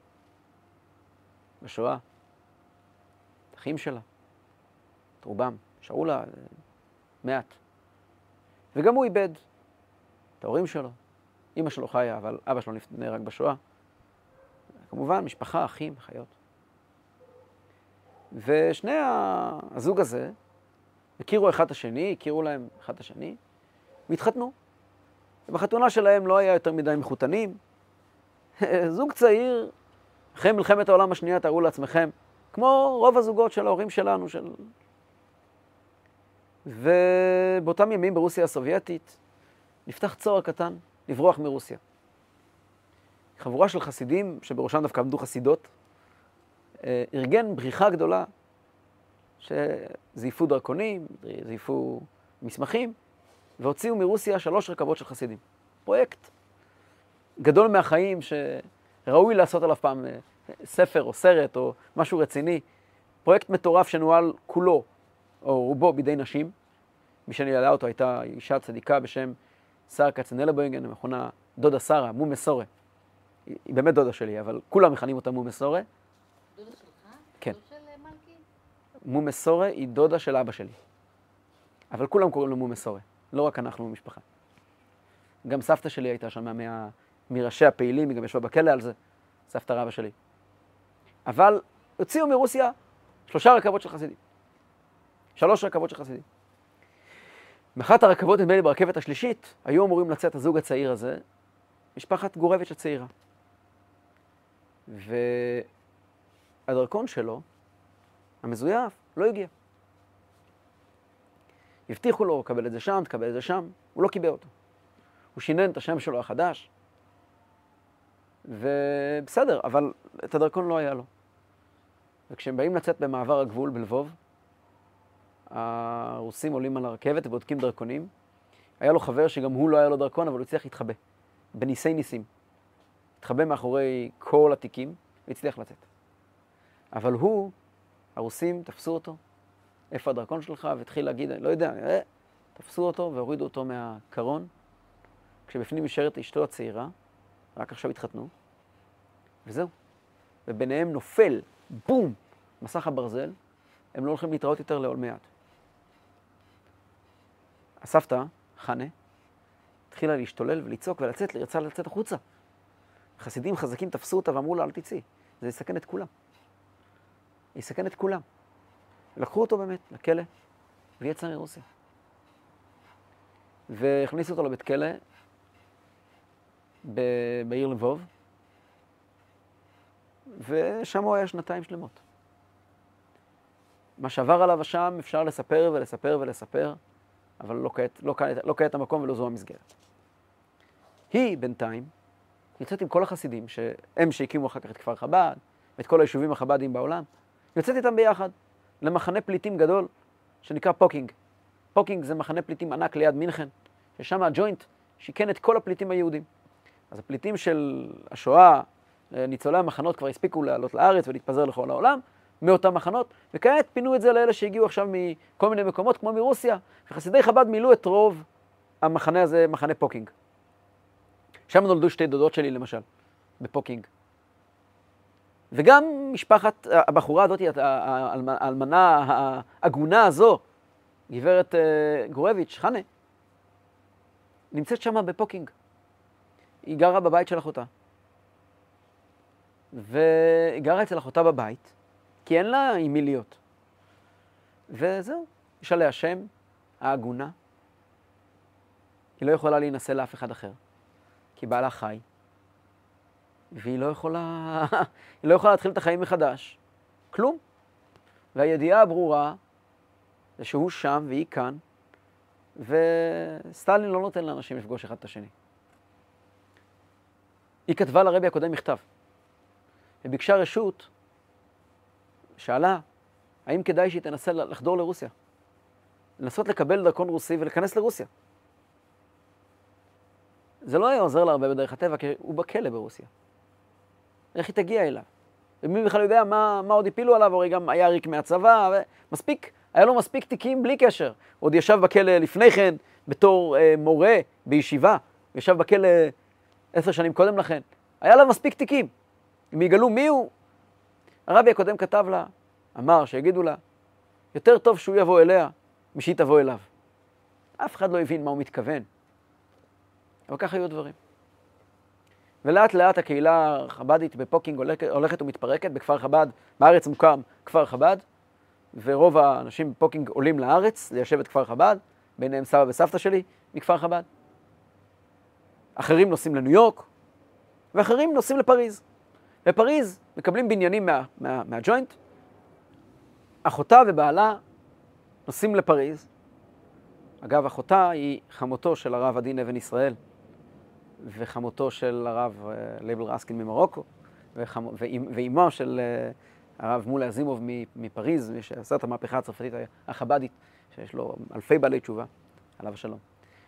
בשואה, את אחים שלה, את רובם, שרו לה מעט. וגם הוא איבד את ההורים שלו. אמא שלו חיה, אבל אבא שלו נהרג בשואה. כמובן, משפחה, אחים, חיות. ושני הזוג הזה הכירו אחד את השני, הכירו להם אחד את השני, והתחתנו. ובחתונה שלהם לא היה יותר מדי מחותנים. זוג צעיר, אחרי מלחמת העולם השנייה, תארו לעצמכם, כמו רוב הזוגות של ההורים שלנו. של... ובאותם ימים ברוסיה הסובייטית, נפתח צוהר קטן לברוח מרוסיה. חבורה של חסידים, שבראשם דווקא עמדו חסידות, ארגן בריחה גדולה, שזייפו דרכונים, זייפו מסמכים, והוציאו מרוסיה שלוש רכבות של חסידים. פרויקט גדול מהחיים שראוי לעשות עליו פעם ספר או סרט או משהו רציני. פרויקט מטורף שנוהל כולו, או רובו, בידי נשים. מי שניהלה אותו הייתה אישה צדיקה בשם שרה כצנלבויגן, המכונה דודה שרה, מומה סורה. היא, היא באמת דודה שלי, אבל כולם מכנים אותה מומה סורה. דודה שלך? כן. לא של מלכי? מומה סורה היא דודה של אבא שלי. אבל כולם קוראים לו מומה סורה, לא רק אנחנו במשפחה. גם סבתא שלי הייתה שם מה, מראשי הפעילים, היא גם ישבה בכלא על זה, סבתא רבא שלי. אבל הוציאו מרוסיה שלושה רכבות של חסידים. שלוש רכבות של חסידים. באחת הרכבות, נדמה לי ברכבת השלישית, היו אמורים לצאת הזוג הצעיר הזה, משפחת גורביץ' הצעירה. והדרכון שלו, המזויף, לא הגיע. הבטיחו לו, קבל את זה שם, תקבל את זה שם, הוא לא קיבל אותו. הוא שינן את השם שלו החדש, ובסדר, אבל את הדרכון לא היה לו. וכשהם באים לצאת במעבר הגבול בלבוב, הרוסים עולים על הרכבת ובודקים דרכונים. היה לו חבר שגם הוא לא היה לו דרכון, אבל הוא הצליח להתחבא. בניסי ניסים. התחבא מאחורי כל התיקים, והצליח לצאת. אבל הוא, הרוסים תפסו אותו, איפה הדרכון שלך, והתחיל להגיד, אני לא יודע, אה, תפסו אותו והורידו אותו מהקרון, כשבפנים נשארת אשתו הצעירה, רק עכשיו התחתנו, וזהו. וביניהם נופל, בום, מסך הברזל, הם לא הולכים להתראות יותר לעולמי עד. הסבתא, חנה, התחילה להשתולל ולצעוק ולצאת, לרצה לצאת החוצה. חסידים חזקים תפסו אותה ואמרו לה, אל תצאי, זה יסכן את כולם. יסכן את כולם. ולקחו אותו באמת לכלא, ויצא מרוסיה. והכניסו אותו לבית כלא, ב- בעיר לבוב, ושם הוא היה שנתיים שלמות. מה שעבר עליו שם אפשר לספר ולספר ולספר, אבל לא כעת, לא כעת, לא כעת המקום ולא זו המסגרת. היא בינתיים יוצאת עם כל החסידים, שהם שהקימו אחר כך את כפר חב"ד, ואת כל היישובים החב"דים בעולם, יוצאת איתם ביחד למחנה פליטים גדול שנקרא פוקינג. פוקינג זה מחנה פליטים ענק ליד מינכן, ששם הג'וינט שיקן את כל הפליטים היהודים. אז הפליטים של השואה, ניצולי המחנות כבר הספיקו לעלות לארץ ולהתפזר לכל העולם, מאותם מחנות, וכעת פינו את זה לאלה שהגיעו עכשיו מכל מיני מקומות, כמו מרוסיה, וחסידי חב"ד מילאו את רוב המחנה הזה, מחנה פוקינג. שם נולדו שתי דודות שלי למשל, בפוקינג. וגם משפחת, הבחורה הזאת, האלמנה העגונה הזו, גברת גורביץ', חנה, נמצאת שם בפוקינג. היא גרה בבית של אחותה. והיא גרה אצל אחותה בבית, כי אין לה עם מי להיות. וזהו, יש עליה שם, העגונה. היא לא יכולה להינשא לאף אחד אחר, כי בעלה חי. והיא לא יכולה, היא לא יכולה להתחיל את החיים מחדש. כלום. והידיעה הברורה זה שהוא שם והיא כאן, וסטלין לא נותן לאנשים לפגוש אחד את השני. היא כתבה לרבי הקודם מכתב. וביקשה רשות, שאלה, האם כדאי שהיא תנסה לחדור לרוסיה? לנסות לקבל דרכון רוסי ולהיכנס לרוסיה. זה לא היה עוזר לה הרבה בדרך הטבע, כי הוא בכלא ברוסיה. איך היא תגיע אליו? ומי בכלל יודע מה, מה עוד הפילו עליו, הרי גם היה ריק מהצבא, ומספיק, היה לו מספיק תיקים בלי קשר. עוד ישב בכלא לפני כן, בתור אה, מורה בישיבה, ישב בכלא עשר שנים קודם לכן. היה לה מספיק תיקים. אם יגלו מי הוא, הרבי הקודם כתב לה, אמר שיגידו לה, יותר טוב שהוא יבוא אליה, משהיא תבוא אליו. אף אחד לא הבין מה הוא מתכוון. אבל ככה היו דברים. ולאט לאט הקהילה החב"דית בפוקינג הולכת, הולכת ומתפרקת, בכפר חב"ד, בארץ מוקם כפר חב"ד, ורוב האנשים בפוקינג עולים לארץ, ליישב את כפר חב"ד, ביניהם סבא וסבתא שלי מכפר חב"ד. אחרים נוסעים לניו יורק, ואחרים נוסעים לפריז. בפריז מקבלים בניינים מה, מה, מהג'וינט, אחותה ובעלה נוסעים לפריז. אגב, אחותה היא חמותו של הרב עדין אבן ישראל, וחמותו של הרב לייבל רסקין ממרוקו, וחמ... ואימו של הרב מולה אזימוב מפריז, מי שעשה את המהפכה הצרפתית החבדית, שיש לו אלפי בעלי תשובה, עליו השלום.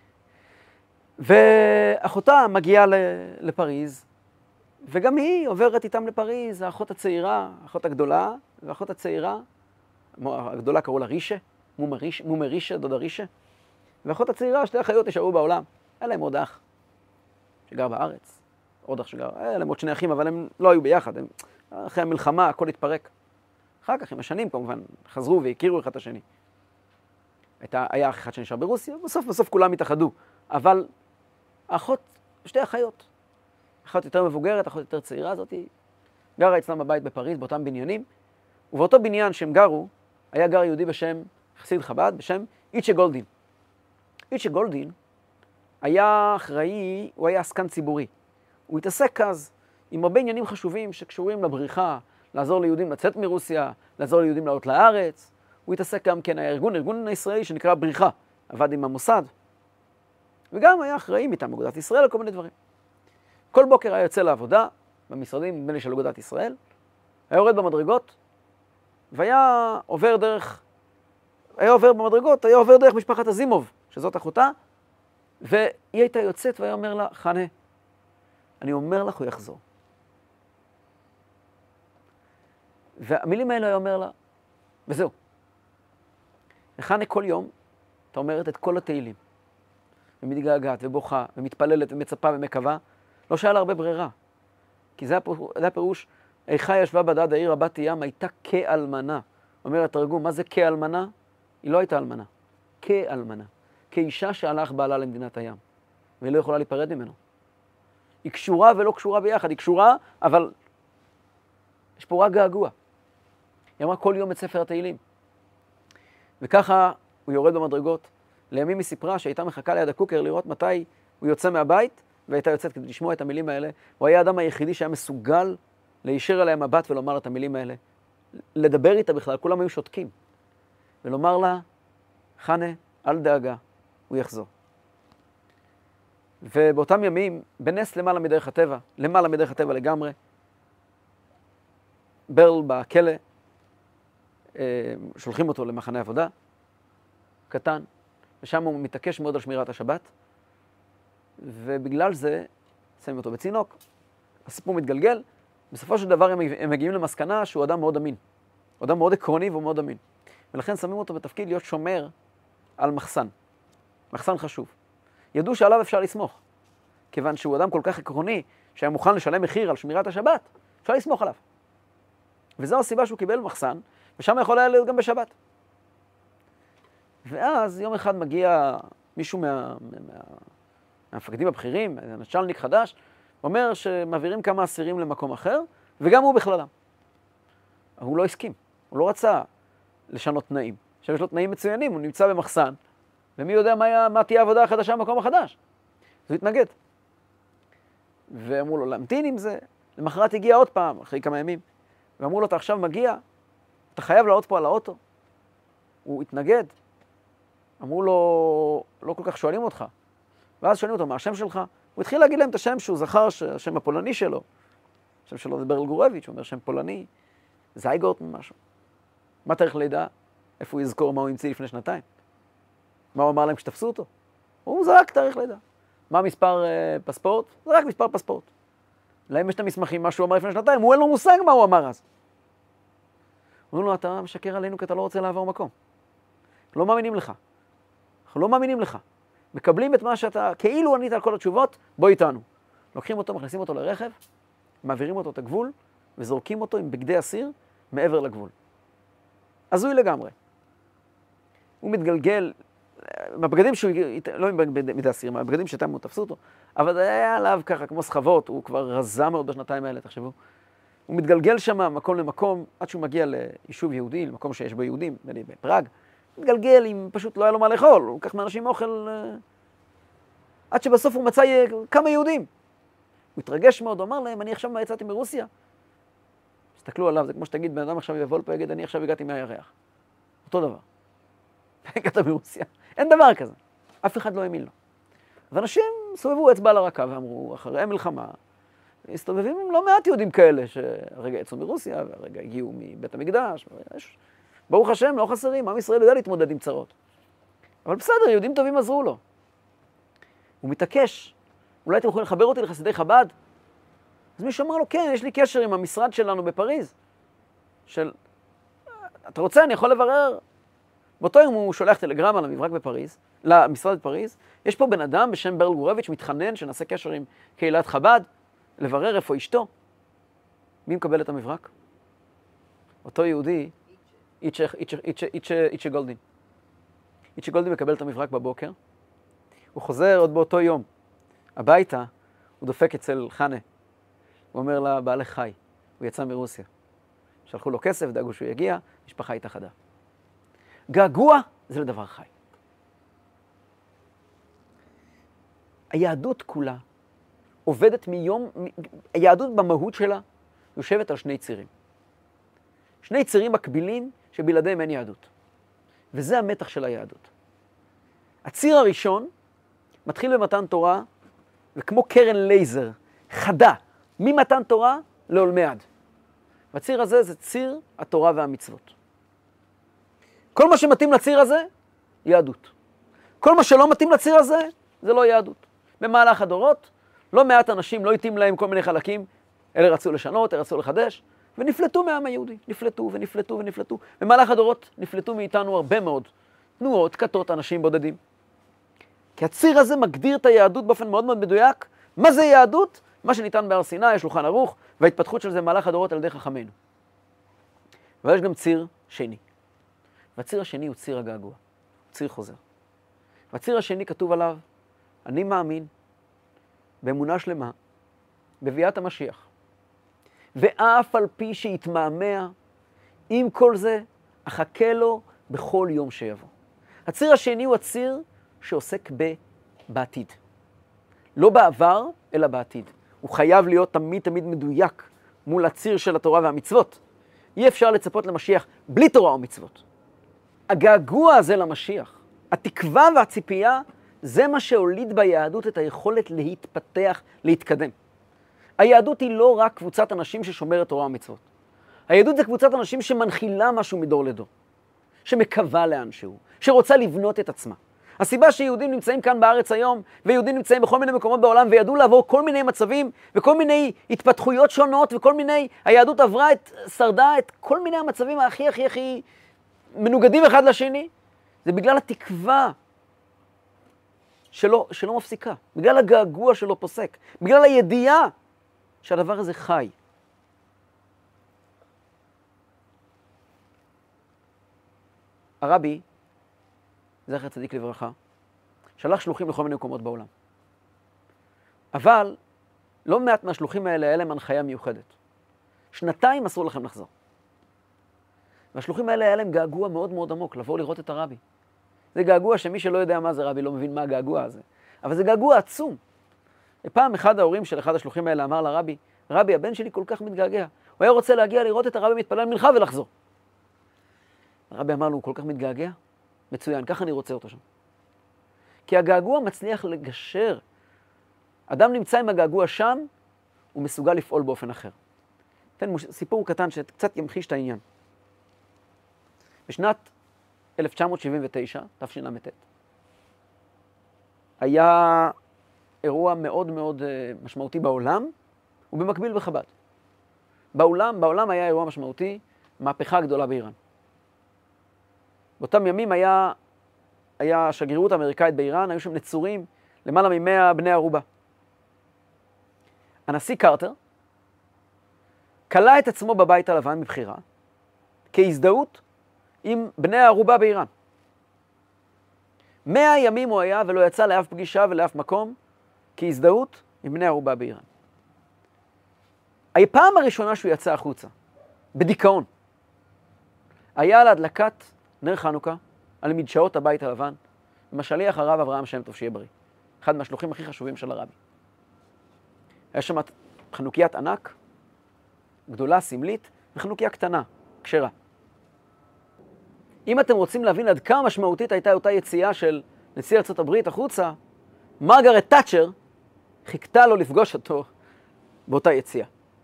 ואחותה מגיעה לפריז, וגם היא עוברת איתם לפריז, האחות הצעירה, האחות הגדולה, והאחות הצעירה, הגדולה קראו לה רישה, מומה רישה, דודה רישה, והאחות הצעירה, שתי אחיות נשארו בעולם. היה להם עוד אח שגר בארץ, עוד אח שגר, היה להם עוד שני אחים, אבל הם לא היו ביחד, הם, אחרי המלחמה הכל התפרק. אחר כך, עם השנים כמובן, חזרו והכירו אחד את השני. הייתה, היה אח אחד שנשאר ברוסיה, בסוף בסוף כולם התאחדו, אבל האחות, שתי אחיות, אחת יותר מבוגרת, אחת יותר צעירה הזאת, גרה אצלם בבית בפריז, באותם בניינים, ובאותו בניין שהם גרו, היה גר יהודי בשם חסיד חב"ד, בשם איצ'ה גולדין. איצ'ה גולדין היה אחראי, הוא היה עסקן ציבורי. הוא התעסק אז עם הרבה עניינים חשובים שקשורים לבריחה, לעזור ליהודים לצאת מרוסיה, לעזור ליהודים לעלות לארץ. הוא התעסק גם כן, היה ארגון, ארגון הישראלי שנקרא בריחה, עבד עם המוסד, וגם היה אחראי מטעם אגודת ישראל לכל מיני דברים. כל בוקר היה יוצא לעבודה במשרדים, נדמה לי של אגודת ישראל, היה יורד במדרגות, והיה עובר דרך, היה עובר במדרגות, היה עובר דרך משפחת אזימוב, שזאת אחותה, והיא הייתה יוצאת והיה אומר לה, חנה, אני אומר לך, הוא יחזור. והמילים האלה היה אומר לה, וזהו. חנה כל יום, אתה אומרת את כל התהילים, ומתגעגעת ובוכה, ומתפללת ומצפה ומקווה, לא שהיה לה הרבה ברירה. כי זה הפירוש, איכה ישבה בדד העיר רבת ים, הייתה כאלמנה. אומר התרגום, מה זה כאלמנה? היא לא הייתה אלמנה. כאלמנה. כאישה שהלך בעלה למדינת הים, והיא לא יכולה להיפרד ממנו. היא קשורה ולא קשורה ביחד. היא קשורה, אבל יש פה רק געגוע. היא אמרה כל יום את ספר התהילים. וככה הוא יורד במדרגות. לימים היא סיפרה שהייתה מחכה ליד הקוקר לראות מתי הוא יוצא מהבית, והייתה יוצאת כדי לשמוע את המילים האלה. הוא היה האדם היחידי שהיה מסוגל להישיר עליה מבט ולומר את המילים האלה. לדבר איתה בכלל, כולם היו שותקים. ולומר לה, חנה, אל דאגה, הוא יחזור. ובאותם ימים, בנס למעלה מדרך הטבע, למעלה מדרך הטבע לגמרי, ברל בכלא, שולחים אותו למחנה עבודה, קטן, ושם הוא מתעקש מאוד על שמירת השבת, ובגלל זה שמים אותו בצינוק. הסיפור מתגלגל, בסופו של דבר הם מגיעים למסקנה שהוא אדם מאוד אמין. הוא אדם מאוד עקרוני והוא מאוד אמין. ולכן שמים אותו בתפקיד להיות שומר על מחסן. מחסן חשוב. ידעו שעליו אפשר לסמוך. כיוון שהוא אדם כל כך עקרוני, שהיה מוכן לשלם מחיר על שמירת השבת, אפשר לסמוך עליו. וזו הסיבה שהוא קיבל מחסן, ושם יכול היה להיות גם בשבת. ואז יום אחד מגיע מישהו מה, מה, מהמפקדים הבכירים, נצ'לניק חדש, אומר שמעבירים כמה אסירים למקום אחר, וגם הוא בכללם. הוא לא הסכים, הוא לא רצה לשנות תנאים. עכשיו יש לו תנאים מצוינים, הוא נמצא במחסן, ומי יודע מה, מה תהיה העבודה החדשה במקום החדש. אז הוא התנגד. ואמרו לו, להמתין עם זה. למחרת הגיע עוד פעם, אחרי כמה ימים, ואמרו לו, אתה עכשיו מגיע, אתה חייב לעלות פה על האוטו. הוא התנגד. אמרו לו, לא כל כך שואלים אותך. ואז שואלים אותו, מה השם שלך? הוא התחיל להגיד להם את השם שהוא זכר, השם הפולני שלו. השם שלו זה ברל גורביץ', הוא אומר שם פולני, זייגורט משהו. מה תאריך לידה? איפה הוא יזכור מה הוא המציא לפני שנתיים? מה הוא אמר להם כשתפסו אותו? הוא זרק תאריך לידה. מה מספר אה, פספורט? זה רק מספר פספורט. להם יש את המסמכים, מה שהוא אמר לפני שנתיים, הוא אין לו מושג מה הוא אמר אז. אומרים לו, אתה משקר עלינו כי אתה לא רוצה לעבור מקום. לא מאמינים לך. אנחנו לא מאמינים לך. מקבלים את מה שאתה, כאילו ענית על כל התשובות, בוא איתנו. לוקחים אותו, מכניסים אותו לרכב, מעבירים אותו את הגבול, וזורקים אותו עם בגדי אסיר מעבר לגבול. הזוי לגמרי. הוא מתגלגל, בבגדים שהוא, לא עם בגדי אסיר, בבגדים שאתם הוא תפסו אותו, אבל זה היה עליו ככה, כמו סחבות, הוא כבר רזה מאוד בשנתיים האלה, תחשבו. הוא מתגלגל שם מקום למקום, עד שהוא מגיע ליישוב יהודי, למקום שיש בו יהודים, בפראג. מתגלגל, אם פשוט לא היה לו מה לאכול, הוא לקח מאנשים אוכל, עד שבסוף הוא מצא כמה יהודים. הוא התרגש מאוד, הוא אמר להם, אני עכשיו יצאתי מרוסיה. הסתכלו עליו, זה כמו שתגיד, בן אדם עכשיו יבוא לפה, יגיד, אני עכשיו הגעתי מהירח. אותו דבר. הגעת מרוסיה. אין דבר כזה. אף אחד לא האמין לו. ואנשים סובבו אצבע לרקה ואמרו, אחרי המלחמה, הסתובבים לא מעט יהודים כאלה, שהרגע יצאו מרוסיה, והרגע הגיעו מבית המקדש. ויש, ברוך השם, לא חסרים, עם ישראל יודע להתמודד עם צרות. אבל בסדר, יהודים טובים עזרו לו. הוא מתעקש. אולי אתם יכולים לחבר אותי לחסידי חב"ד? אז מישהו אמר לו, כן, יש לי קשר עם המשרד שלנו בפריז. של, אתה רוצה, אני יכול לברר. באותו יום הוא שולח טלגרמה למברק בפריז, למשרד בפריז. יש פה בן אדם בשם ברל גורביץ' מתחנן שנעשה קשר עם קהילת חב"ד, לברר איפה אשתו. מי מקבל את המברק? אותו יהודי, איצ'ה, איצ'ה, איצ'ה, איצ'ה, איצ'ה גולדין. איצ'ה גולדין מקבל את המברק בבוקר. הוא חוזר עוד באותו יום. הביתה, הוא דופק אצל חנה. הוא אומר לה, בעלך חי. הוא יצא מרוסיה. שלחו לו כסף, דאגו שהוא יגיע, משפחה התאחדה. געגוע זה לדבר חי. היהדות כולה עובדת מיום, היהדות במהות שלה יושבת על שני צירים. שני צירים מקבילים שבלעדיהם אין יהדות. וזה המתח של היהדות. הציר הראשון מתחיל במתן תורה, וכמו קרן לייזר, חדה, ממתן תורה לעולמי עד. והציר הזה זה ציר התורה והמצוות. כל מה שמתאים לציר הזה, יהדות. כל מה שלא מתאים לציר הזה, זה לא יהדות. במהלך הדורות, לא מעט אנשים לא התאים להם כל מיני חלקים, אלה רצו לשנות, אלה רצו לחדש, ונפלטו מהעם היהודי. נפלטו ונפלטו ונפלטו. במהלך הדורות נפלטו מאיתנו הרבה מאוד תנועות, כתות, אנשים בודדים. כי הציר הזה מגדיר את היהדות באופן מאוד מאוד מדויק. מה זה יהדות? מה שניתן בהר סיני, השולחן ערוך, וההתפתחות של זה במהלך הדורות על ידי חכמינו. אבל יש גם ציר שני. והציר השני הוא ציר הגעגוע, הוא ציר חוזר. והציר השני כתוב עליו, אני מאמין באמונה שלמה, בביאת המשיח. ואף על פי שיתמהמה, עם כל זה, אחכה לו בכל יום שיבוא. הציר השני הוא הציר שעוסק ב- בעתיד. לא בעבר, אלא בעתיד. הוא חייב להיות תמיד תמיד מדויק מול הציר של התורה והמצוות. אי אפשר לצפות למשיח בלי תורה ומצוות. הגעגוע הזה למשיח, התקווה והציפייה, זה מה שהוליד ביהדות את היכולת להתפתח, להתקדם. היהדות היא לא רק קבוצת אנשים ששומרת תורה ומצוות. היהדות זה קבוצת אנשים שמנחילה משהו מדור לדור, שמקווה לאנשהו, שרוצה לבנות את עצמה. הסיבה שיהודים נמצאים כאן בארץ היום, ויהודים נמצאים בכל מיני מקומות בעולם, וידעו לעבור כל מיני מצבים, וכל מיני התפתחויות שונות, וכל מיני, היהדות עברה את, שרדה את כל מיני המצבים הכי הכי הכי מנוגדים אחד לשני, זה בגלל התקווה שלא, שלא מפסיקה, בגלל הגעגוע שלא פוסק, בגלל הידיעה שהדבר הזה חי. הרבי, זכר צדיק לברכה, שלח שלוחים לכל מיני מקומות בעולם. אבל לא מעט מהשלוחים האלה היה להם הנחיה מיוחדת. שנתיים אסור לכם לחזור. והשלוחים האלה היה להם געגוע מאוד מאוד עמוק, לבוא לראות את הרבי. זה געגוע שמי שלא יודע מה זה רבי לא מבין מה הגעגוע הזה. אבל זה געגוע עצום. פעם אחד ההורים של אחד השלוחים האלה אמר לרבי, רבי, הבן שלי כל כך מתגעגע. הוא היה רוצה להגיע לראות את הרבי מתפלל מנחה ולחזור. הרבי אמר לו, הוא כל כך מתגעגע? מצוין, ככה אני רוצה אותו שם. כי הגעגוע מצליח לגשר. אדם נמצא עם הגעגוע שם, הוא מסוגל לפעול באופן אחר. תן מוש... סיפור קטן שקצת ימחיש את העניין. בשנת אלף תשע מאות שבעים ותשע, תשל"ט, היה אירוע מאוד מאוד משמעותי בעולם, ובמקביל בחב"ד. בעולם, בעולם היה אירוע משמעותי, מהפכה גדולה באיראן. באותם ימים היה, היה השגרירות האמריקאית באיראן, היו שם נצורים למעלה ממאה בני ערובה. הנשיא קרטר קלע את עצמו בבית הלבן מבחירה, כהזדהות עם בני הערובה באיראן. מאה ימים הוא היה ולא יצא לאף פגישה ולאף מקום, כהזדהות עם בני הערובה באיראן. הפעם הראשונה שהוא יצא החוצה, בדיכאון, היה על הדלקת נר חנוכה, על מדשאות הבית הלבן, עם השליח הרב אברהם שם טוב, שיהיה בריא. אחד מהשלוחים הכי חשובים של הרבי. היה שם חנוקיית ענק, גדולה, סמלית, וחנוכיה קטנה, כשרה. אם אתם רוצים להבין עד כמה משמעותית הייתה אותה יציאה של נשיא ארצות הברית החוצה, מרגרט תאצ'ר חיכתה לו לפגוש אותו באותה יציאה.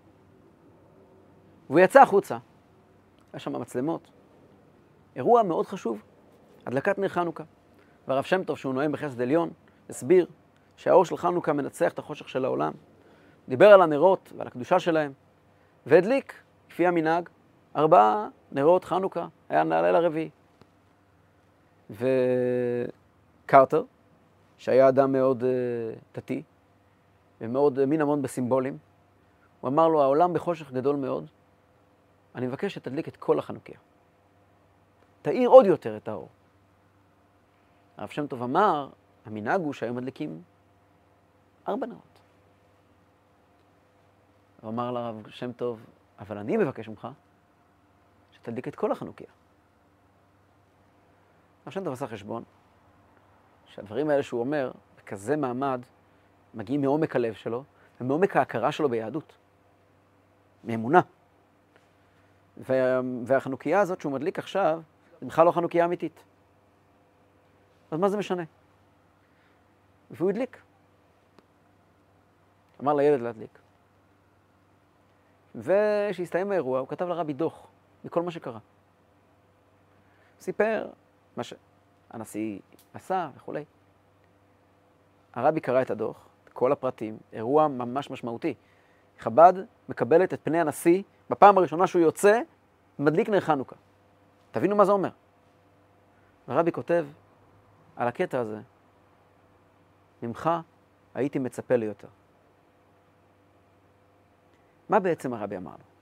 והוא יצא החוצה, היה שם מצלמות. אירוע מאוד חשוב, הדלקת נר חנוכה. והרב שם טוב, שהוא נואם בחסד עליון, הסביר שהאור של חנוכה מנצח את החושך של העולם. דיבר על הנרות ועל הקדושה שלהם, והדליק, לפי המנהג, ארבעה נרות חנוכה, היה הליל הרביעי. וקרטר, שהיה אדם מאוד uh, דתי, ומאוד uh, מין המון בסימבולים, הוא אמר לו, העולם בחושך גדול מאוד, אני מבקש שתדליק את כל החנוכיה. תאיר עוד יותר את האור. הרב שם טוב אמר, המנהג הוא שהיום מדליקים ארבע נרות. הוא אמר לרב שם טוב, אבל אני מבקש ממך שתדליק את כל החנוכיה. הרב שם טוב עשה חשבון, שהדברים האלה שהוא אומר, בכזה מעמד, מגיעים מעומק הלב שלו, ומעומק ההכרה שלו ביהדות. מאמונה. וה... והחנוכיה הזאת שהוא מדליק עכשיו, זה בכלל לא חנוכיה אמיתית. אז מה זה משנה? והוא הדליק. אמר לילד להדליק. ושהסתיים האירוע, הוא כתב לרבי דוח, מכל מה שקרה. סיפר מה שהנשיא עשה וכו'. הרבי קרא את הדוח, את כל הפרטים, אירוע ממש משמעותי. חב"ד מקבלת את פני הנשיא, בפעם הראשונה שהוא יוצא, מדליק נר חנוכה. תבינו מה זה אומר. הרבי כותב על הקטע הזה, ממך הייתי מצפה ליותר. מה בעצם הרבי אמר לו?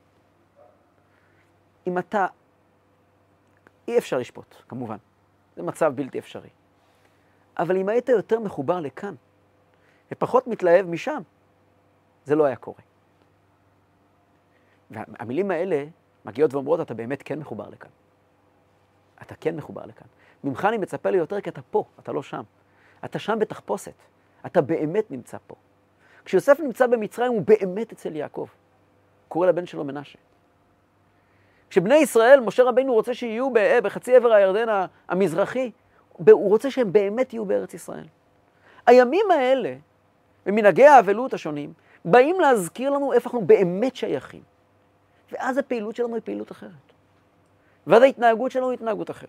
אם אתה, אי אפשר לשפוט, כמובן. זה מצב בלתי אפשרי. אבל אם היית יותר מחובר לכאן, ופחות מתלהב משם, זה לא היה קורה. והמילים האלה מגיעות ואומרות, אתה באמת כן מחובר לכאן. אתה כן מחובר לכאן. ממך אני מצפה לי יותר כי אתה פה, אתה לא שם. אתה שם בתחפושת. אתה באמת נמצא פה. כשיוסף נמצא במצרים, הוא באמת אצל יעקב. קורא לבן שלו מנשה. כשבני ישראל, משה רבינו רוצה שיהיו בחצי עבר הירדן המזרחי, הוא רוצה שהם באמת יהיו בארץ ישראל. הימים האלה, במנהגי האבלות השונים, באים להזכיר לנו איפה אנחנו באמת שייכים. ואז הפעילות שלנו היא פעילות אחרת. ואז ההתנהגות שלנו היא התנהגות אחרת.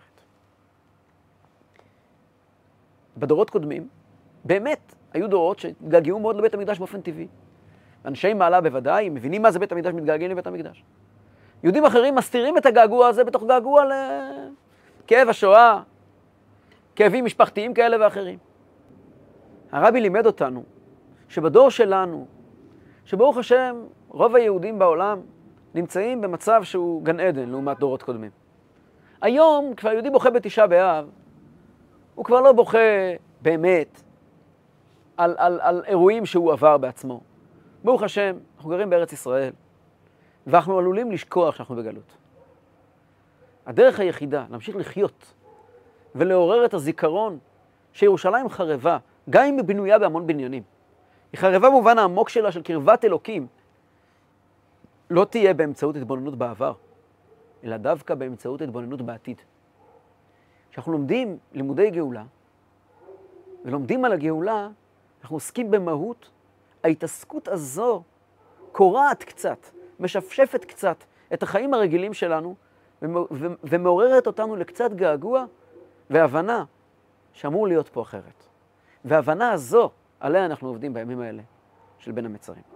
בדורות קודמים, באמת, היו דורות שגעגעו מאוד לבית המקדש באופן טבעי. אנשי מעלה בוודאי, מבינים מה זה בית המקדש, מתגעגעים לבית המקדש. יהודים אחרים מסתירים את הגעגוע הזה בתוך געגוע לכאב השואה, כאבים משפחתיים כאלה ואחרים. הרבי לימד אותנו שבדור שלנו, שברוך השם, רוב היהודים בעולם נמצאים במצב שהוא גן עדן לעומת דורות קודמים. היום, כשהיהודי בוכה בתשעה באב, הוא כבר לא בוכה באמת על, על, על אירועים שהוא עבר בעצמו. ברוך השם, אנחנו גרים בארץ ישראל, ואנחנו עלולים לשכוח שאנחנו בגלות. הדרך היחידה להמשיך לחיות ולעורר את הזיכרון שירושלים חרבה, גם אם היא בנויה בהמון בניינים. היא חרבה במובן העמוק שלה של קרבת אלוקים, לא תהיה באמצעות התבוננות בעבר, אלא דווקא באמצעות התבוננות בעתיד. כשאנחנו לומדים לימודי גאולה, ולומדים על הגאולה, אנחנו עוסקים במהות, ההתעסקות הזו קורעת קצת, משפשפת קצת את החיים הרגילים שלנו, ומעוררת אותנו לקצת געגוע והבנה שאמור להיות פה אחרת. וההבנה הזו, עליה אנחנו עובדים בימים האלה של בין המצרים.